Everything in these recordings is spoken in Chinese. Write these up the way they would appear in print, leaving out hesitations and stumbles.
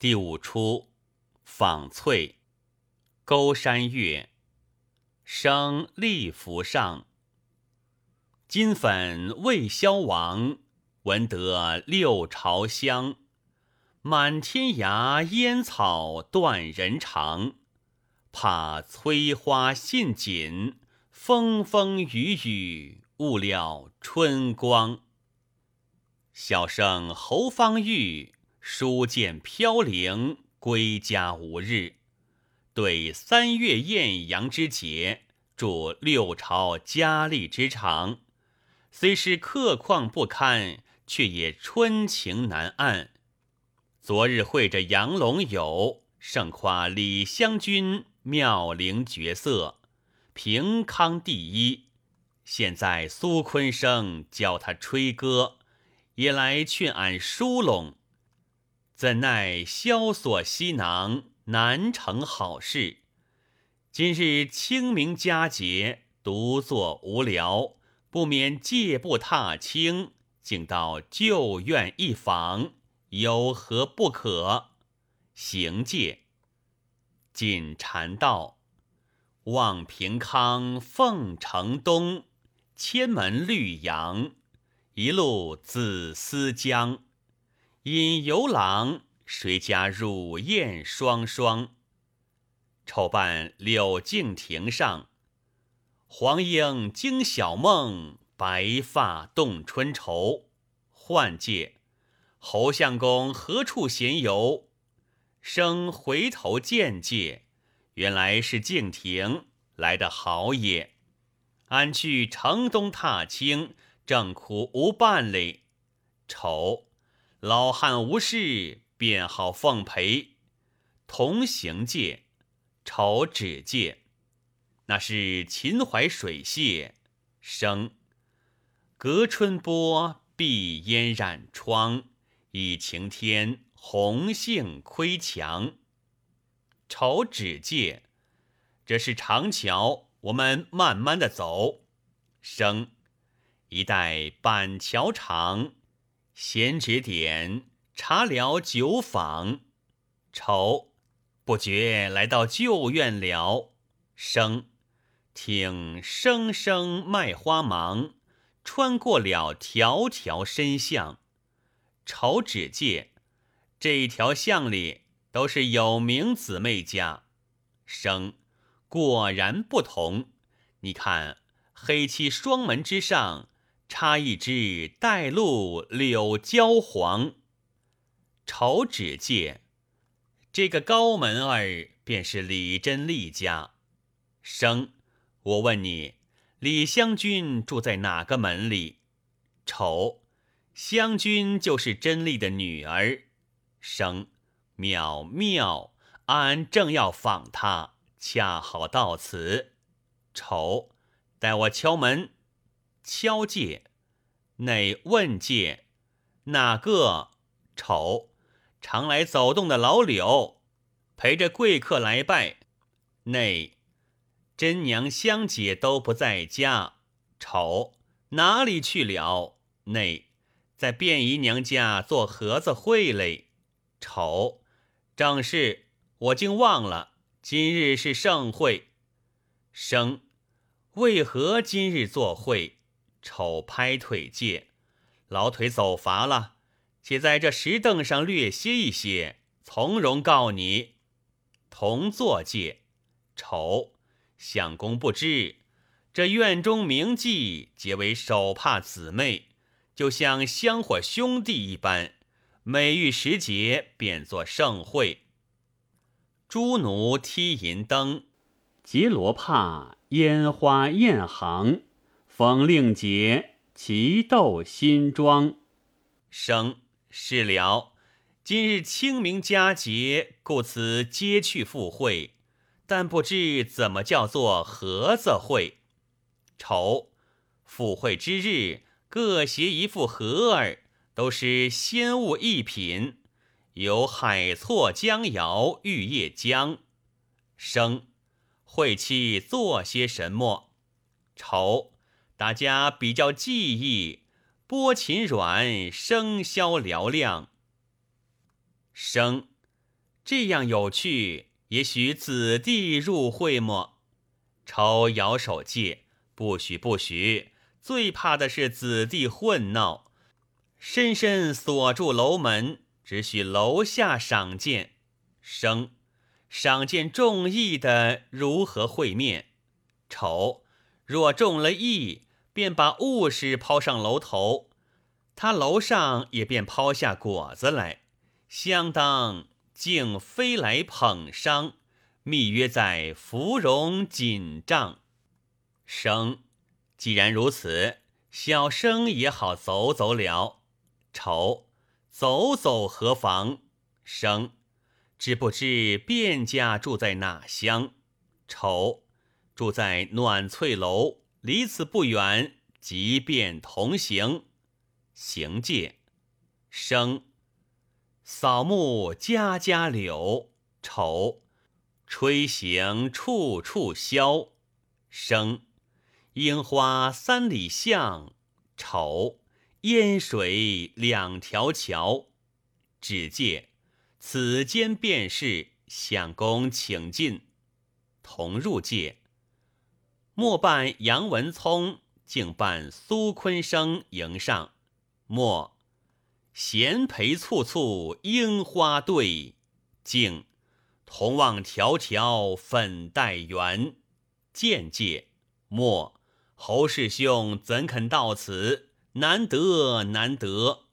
第五出访翠。钩山月，生立服上。金粉未消亡，闻得六朝香。满天涯烟草断人肠，怕催花信锦，风风雨雨误了春光。小生侯方域，书剑飘零，归家无日。对3月艳阳之节，祝六朝佳丽之长。虽是客况不堪，却也春情难按。昨日会着杨龙友，盛夸李香君妙龄绝色，平康第一。现在苏昆生教他吹歌，也来劝俺疏拢。怎奈萧索西囊，难成好事。今日清明佳节，独坐无聊，不免借步踏青，竟到旧院一访，有何不可？行介。锦禅道：望平康凤城东，千门绿杨，一路紫丝江。引游郎，谁家乳燕双双？丑伴柳径亭上，黄莺惊晓梦，白发动春愁。唤介：侯相公何处闲游？生回头见介，原来是径亭，来得好也。俺去城东踏青，正苦无伴哩。愁：老汉无事，便好奉陪。同行介，愁止介。那是秦淮水榭。生隔春波，碧烟染窗，倚晴天，红杏窥墙。愁止介。这是长桥，我们慢慢的走。生一带板桥长，闲指点，茶聊酒坊。愁不觉来到旧院了。生听声声麦花忙，穿过了条条深巷。愁止介。这条巷里都是有名姊妹家。生果然不同，你看黑漆双门之上，插一枝带露柳焦黄。愁止介。这个高门儿便是李真丽家。生我问你，李香君住在哪个门里？愁香君就是真丽的女儿。生妙妙，俺正要访她，恰好到此。愁待我敲门。敲介。内问介：哪个？愁常来走动的老柳，陪着贵客来拜。内真娘香姐都不在家。愁哪里去了？内在卞姨娘家做盒子会嘞。愁正是，我竟忘了，今日是盛会。生为何今日作会？丑拍腿介：老腿走乏了，且在这石凳上略歇一歇，从容告你。同坐介。丑相公不知，这院中名妓皆为手帕姊妹，就像香火兄弟一般，每遇时节便作盛会。诸奴踢银灯，结罗帕，烟花艳行，风令节，齐斗新装。生是了，今日清明佳节，故此皆去赴会，但不知怎么叫做盒子会。愁赴会之日，各携一副盒儿，都是仙物一品，有海错江瑶、玉叶浆。生会期做些什么？愁大家比较技艺，拨琴软，笙箫嘹亮。生这样有趣，也许子弟入会么？仇摇手戒，不许不许！最怕的是子弟混闹，深深锁住楼门，只许楼下赏见。赏见中意的如何会面？丑若中了意，便把物事抛上楼头，他楼上也便抛下果子来，相当竟飞来捧觞，密约在芙蓉锦帐。既然如此，小生也好走走了。丑走走何妨？知不知卞家住在哪乡？丑住在暖翠楼，离此不远，即便同行。行介。扫目家家柳。丑吹行处处萧。樱花3里巷。丑烟水2条桥。只介此间便是，相公请进。同入界。末伴杨文聪，竟伴苏昆生迎上。末闲陪簇簇樱花对，竟同望迢迢粉黛园。见介。末侯氏兄怎肯到此？难得难得。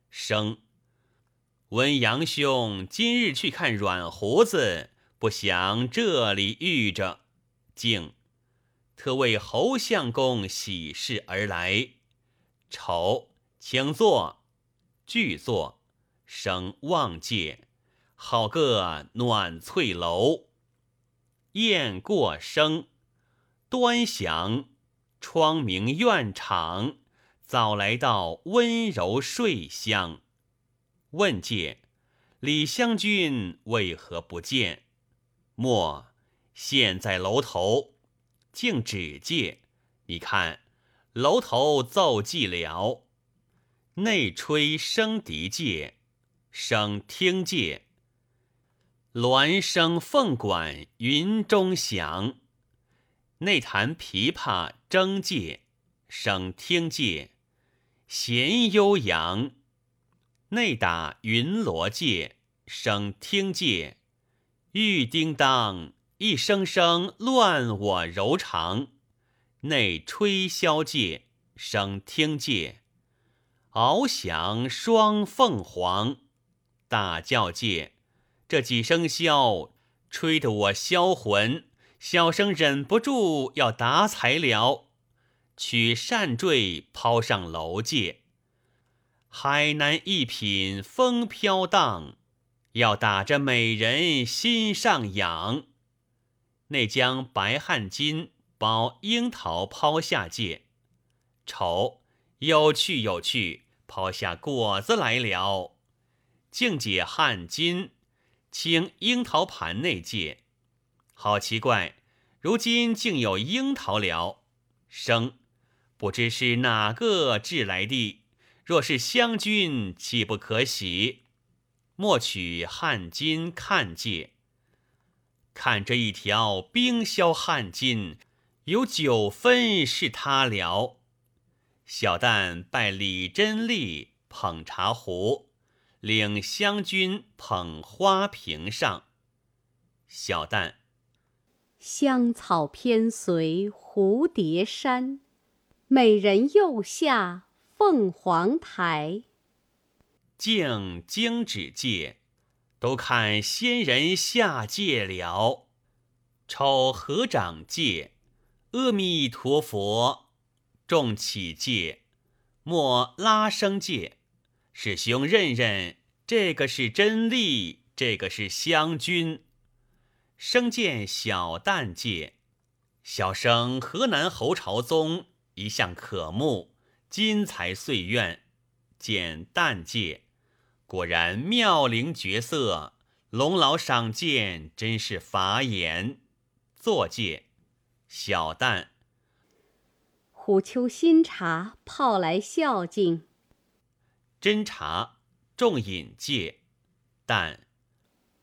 闻杨兄今日去看软胡子，不想这里遇着。竟特为侯相公喜事而来。丑请坐。具坐。望介。好个暖翠楼。雁过声。端详。窗明院场，早来到温柔睡乡。问介。李将军为何不见？末现在楼头。竟指介。你看楼头奏伎了。内吹笙笛介。听介。鸾声凤管云中响。内弹琵琶筝介。听介。弦悠扬。内打云锣介。听介。玉叮当，一声声乱我柔肠。内吹箫介。听介。翱翔双凤凰。大叫介。这几声箫吹得我销魂，小生忍不住要打彩了。取扇坠抛上楼界。海南一品风飘荡，要打着美人心上痒。内将白汗巾包樱桃抛下界。丑有趣有趣，抛下果子来了。竟解汗巾，倾樱桃盘内界。好奇怪，如今竟有樱桃了。不知是哪个掷来的，若是湘君，岂不可喜？莫取汗巾看界。看这一条冰消汗巾，有9分是他了。小旦拜李真丽捧茶壶，领湘君捧花瓶上。小旦。 香草偏随蝴蝶扇，美人又下凤凰台。 竟经指界，都看仙人下界了。丑合掌界。阿弥陀佛。众起界。莫拉声界。师兄认认，这个是真丽，这个是湘君。生见小旦界。小生河南侯朝宗，一向可慕，今才遂愿。见旦界。果然妙龄绝色，龙老赏见，真是法眼。坐界。小旦。 虎丘新茶泡来孝敬。 斟茶。众饮界。旦。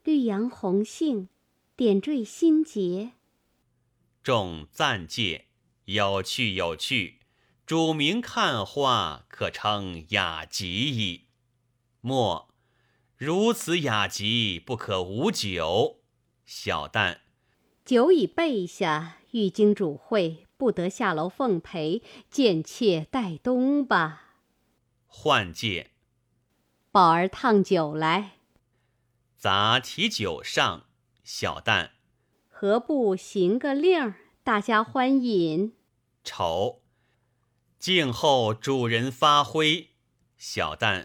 绿杨红杏，点缀心结。 众赞介，有趣有趣，主名看花，可称雅集矣。末，如此雅集，不可无酒。小旦， 酒已备下，玉京主会，不得下楼奉陪，见妾待东吧。 换介， 宝儿烫酒来。 杂提酒上。小旦， 何不行个令儿，大家欢饮？ 丑，静候主人发挥。小旦，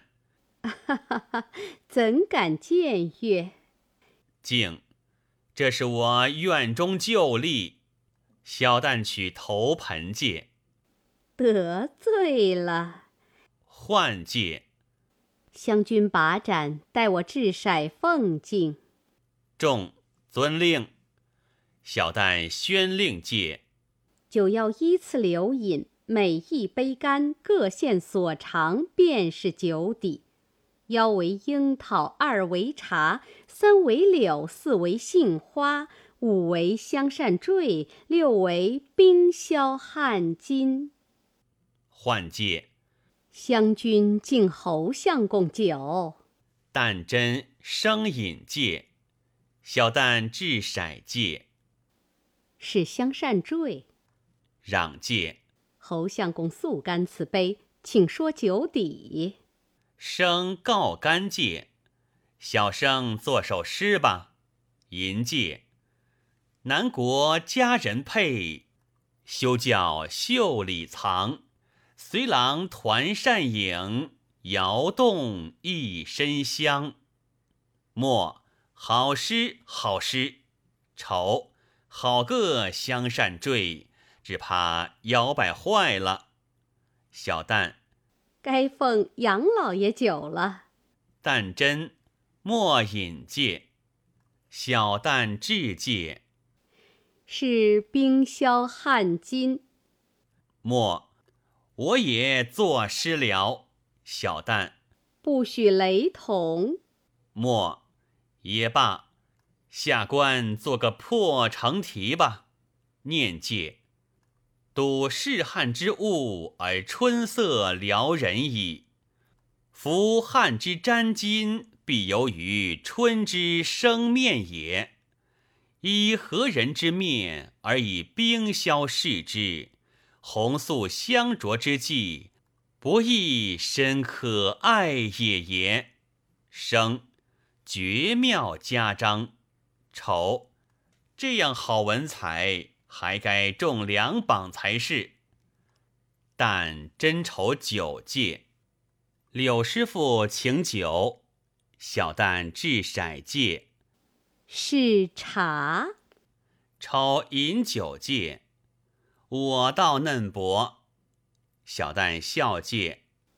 怎敢僭越？ 静，这是我院中旧例。小旦取头盆戒。 得罪了。 换戒， 湘君把盏，待我掷骰奉敬。 众遵令。小旦宣令戒。 酒要依次流饮，每一杯干，各献所长，便是酒底。1为樱桃，2为茶，3为柳，4为杏花，5为香扇坠，6为冰消汗巾。 换戒， 湘君敬侯相公酒。 旦真生饮戒。小旦掷骰戒。 是香扇坠。 攘戒， 侯相公速干此杯，请说酒底。 生告干戒。小生作首诗吧。吟戒，南国佳人配，休教袖里藏。随郎团扇影，摇动一身香。末，好诗好诗。丑，好个香扇坠，只怕摇摆坏了。小旦， 该奉杨老爷酒了。 旦真，莫饮戒。小旦致戒。 是冰消汗巾。 末，我也作诗了。小旦， 不许雷同。 末，也罢，下官做个破成题吧。念戒，睹世汉之物，而春色撩人矣。夫汉之沾巾，必由于春之生面也。依何人之面，而以冰消视之，红素相着之际，不亦深可爱也。生，绝妙佳章。丑，这样好文采，还该中2榜才是。但真丑酒戒。柳师傅请酒。小旦掷骰戒。 是茶。 超饮酒戒。我道嫩薄。小旦笑戒。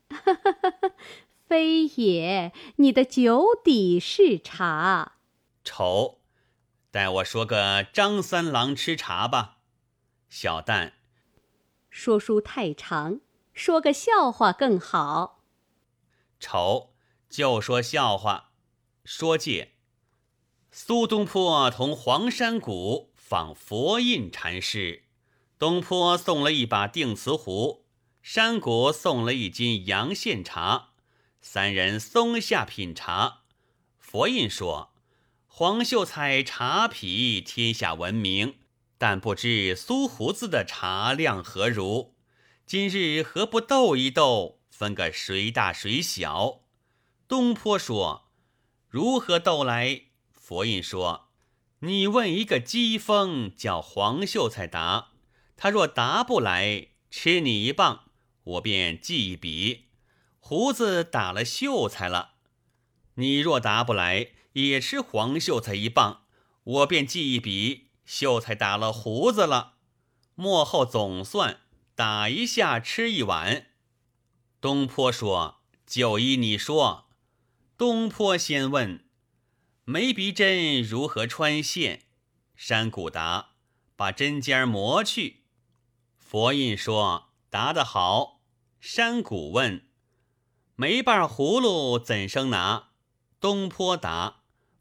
非也，你的酒底是茶。 丑，待我说个张三郎吃茶吧。小旦， 说书太长，说个笑话更好。 丑，就说笑话。说戒。苏东坡同黄山谷访佛印禅师，东坡送了一把定瓷壶，山谷送了1斤阳羡茶，3人松下品茶。佛印说，黄秀才茶品天下闻名，但不知苏胡子的茶量何如，今日何不斗一斗，分个谁大谁小？东坡说，如何斗来？佛印说，你问一个机锋，叫黄秀才答，他若答不来，吃你1棒，我便记一笔。胡子打了秀才了，你若答不来，也吃黄秀才1棒，我便记一笔。秀才打了胡子了，末后总算打1下吃1碗。东坡说，就依你说。东坡先问，眉鼻针如何穿线？山谷答，把针尖磨去。佛印说，答得好。山谷问，梅瓣葫芦怎生拿？东坡答，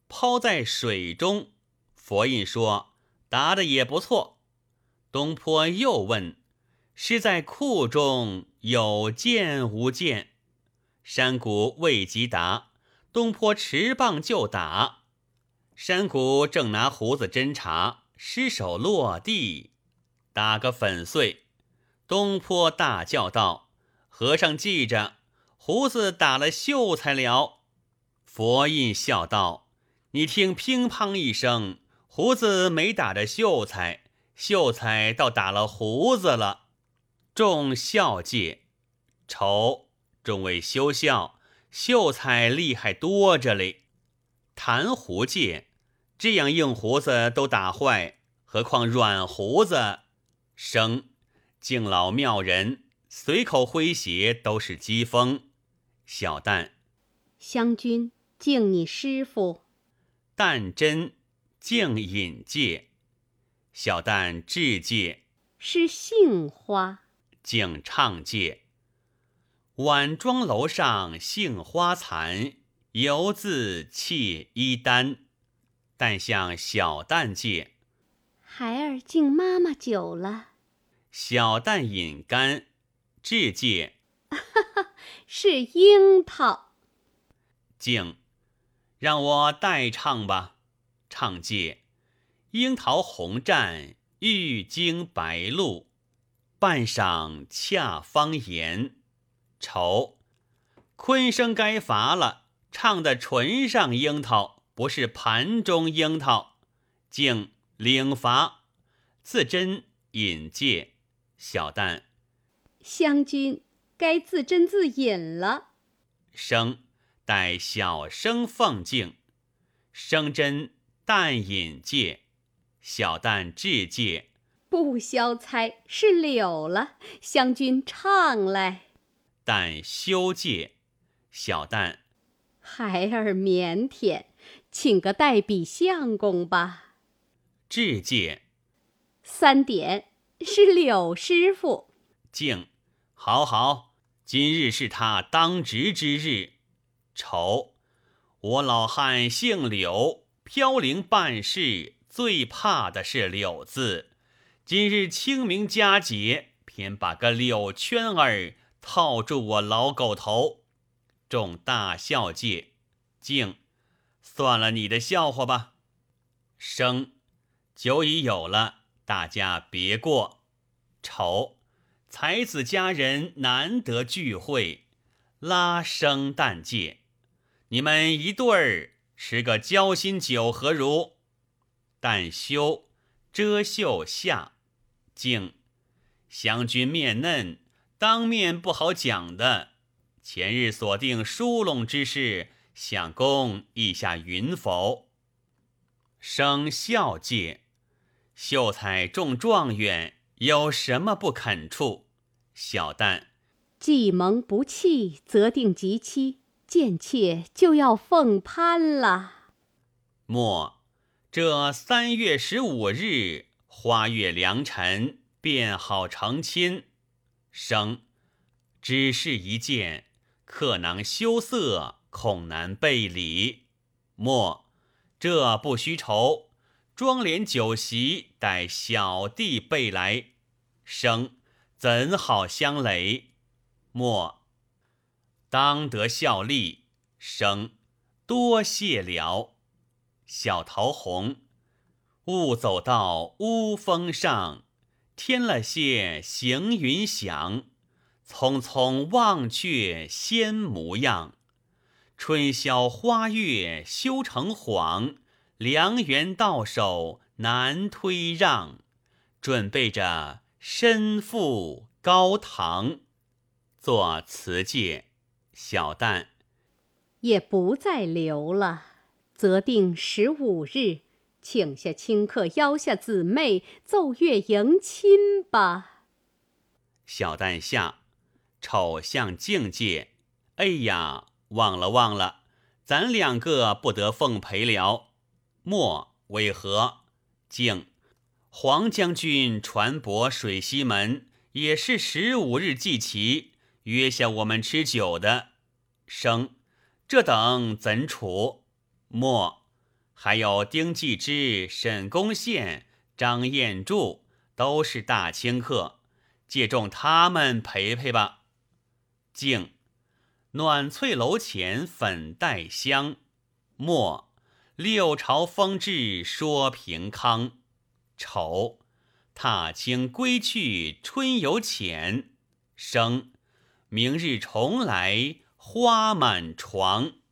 抛在水中。佛印说：“答得也不错。”东坡又问：“师在库中有见无见？”山谷未及答，东坡持棒就打。山谷正拿胡子侦查，失手落地，打个粉碎。东坡大叫道：“和尚记着，胡子打了秀才了。”佛印笑道：“你听乒乓一声，胡子没打着秀才，秀才倒打了胡子了。”众笑介，愁众位休笑，秀才厉害多着嘞。弹胡界，这样硬胡子都打坏，何况软胡子？生敬老庙人随口诙谐都是讥讽。小旦， 湘君敬你师父。 旦真，敬引介。小旦智介， 是杏花。 敬唱介。晚妆楼上杏花残，犹自妾衣单。但向小旦介， 孩儿敬妈妈酒了。 小旦饮干。智介， 是樱桃。 敬，让我代唱吧。唱介，樱桃红绽，玉京白露，半晌恰方言。愁，昆声该乏了，唱的唇上樱桃，不是盘中樱桃。敬，领罚。自斟饮介。小旦， 湘君该自斟自饮了。 生，待小生奉敬。生斟旦饮介。小旦智介， 不消猜，是柳了。湘君唱来。 旦休介。小旦， 孩儿腼腆，请个代笔相公吧。 智介， 三点，是柳师傅。 敬，好好，今日是他当值之日。愁，我老汉姓柳，飘零办事最怕的是柳字。今日清明佳节，偏把个柳圈儿套住我老狗头。众大笑介。敬，算了你的笑话吧。生，酒已有了，大家别过。愁，才子佳人难得聚会，拉生旦介，你们一对儿吃个交心酒何如？旦休，遮袖下。敬，湘君面嫩，当面不好讲的。前日所定疏拢之事，相公意下云否？生笑介，秀才中状元，有什么不肯处？小旦， 既蒙不弃，则定吉期，贱妾就要奉攀了。 末，这3月15日，花月良辰，便好成亲。生，只是一件，客囊羞涩，恐难备礼。末，这不须愁，妆奁酒席待小弟备来。生，怎好相累？末，当得效力。生，多谢了。小桃红，误走到乌峰上，添了些行云响，匆匆忘却先模样。春宵花月休成谎，良缘到手难推让。准备着身负高堂。作辞介。小旦， 也不再留了，择定15日，请下亲客，邀下姊妹，奏乐迎亲吧。 小旦下，丑向敬介，哎呀，忘了，咱2个不得奉陪了。末，为何？敬，黄将军船舶水西门，也是15日祭旗，约下我们吃酒的。生，这等怎处？末， 还有丁继之、沈公宪、张彦柱，都是大清客，借重他们陪陪吧。静，暖翠楼前粉黛香。末，六朝风至说平康。丑，踏青归去春犹浅。生，明日重来花满床。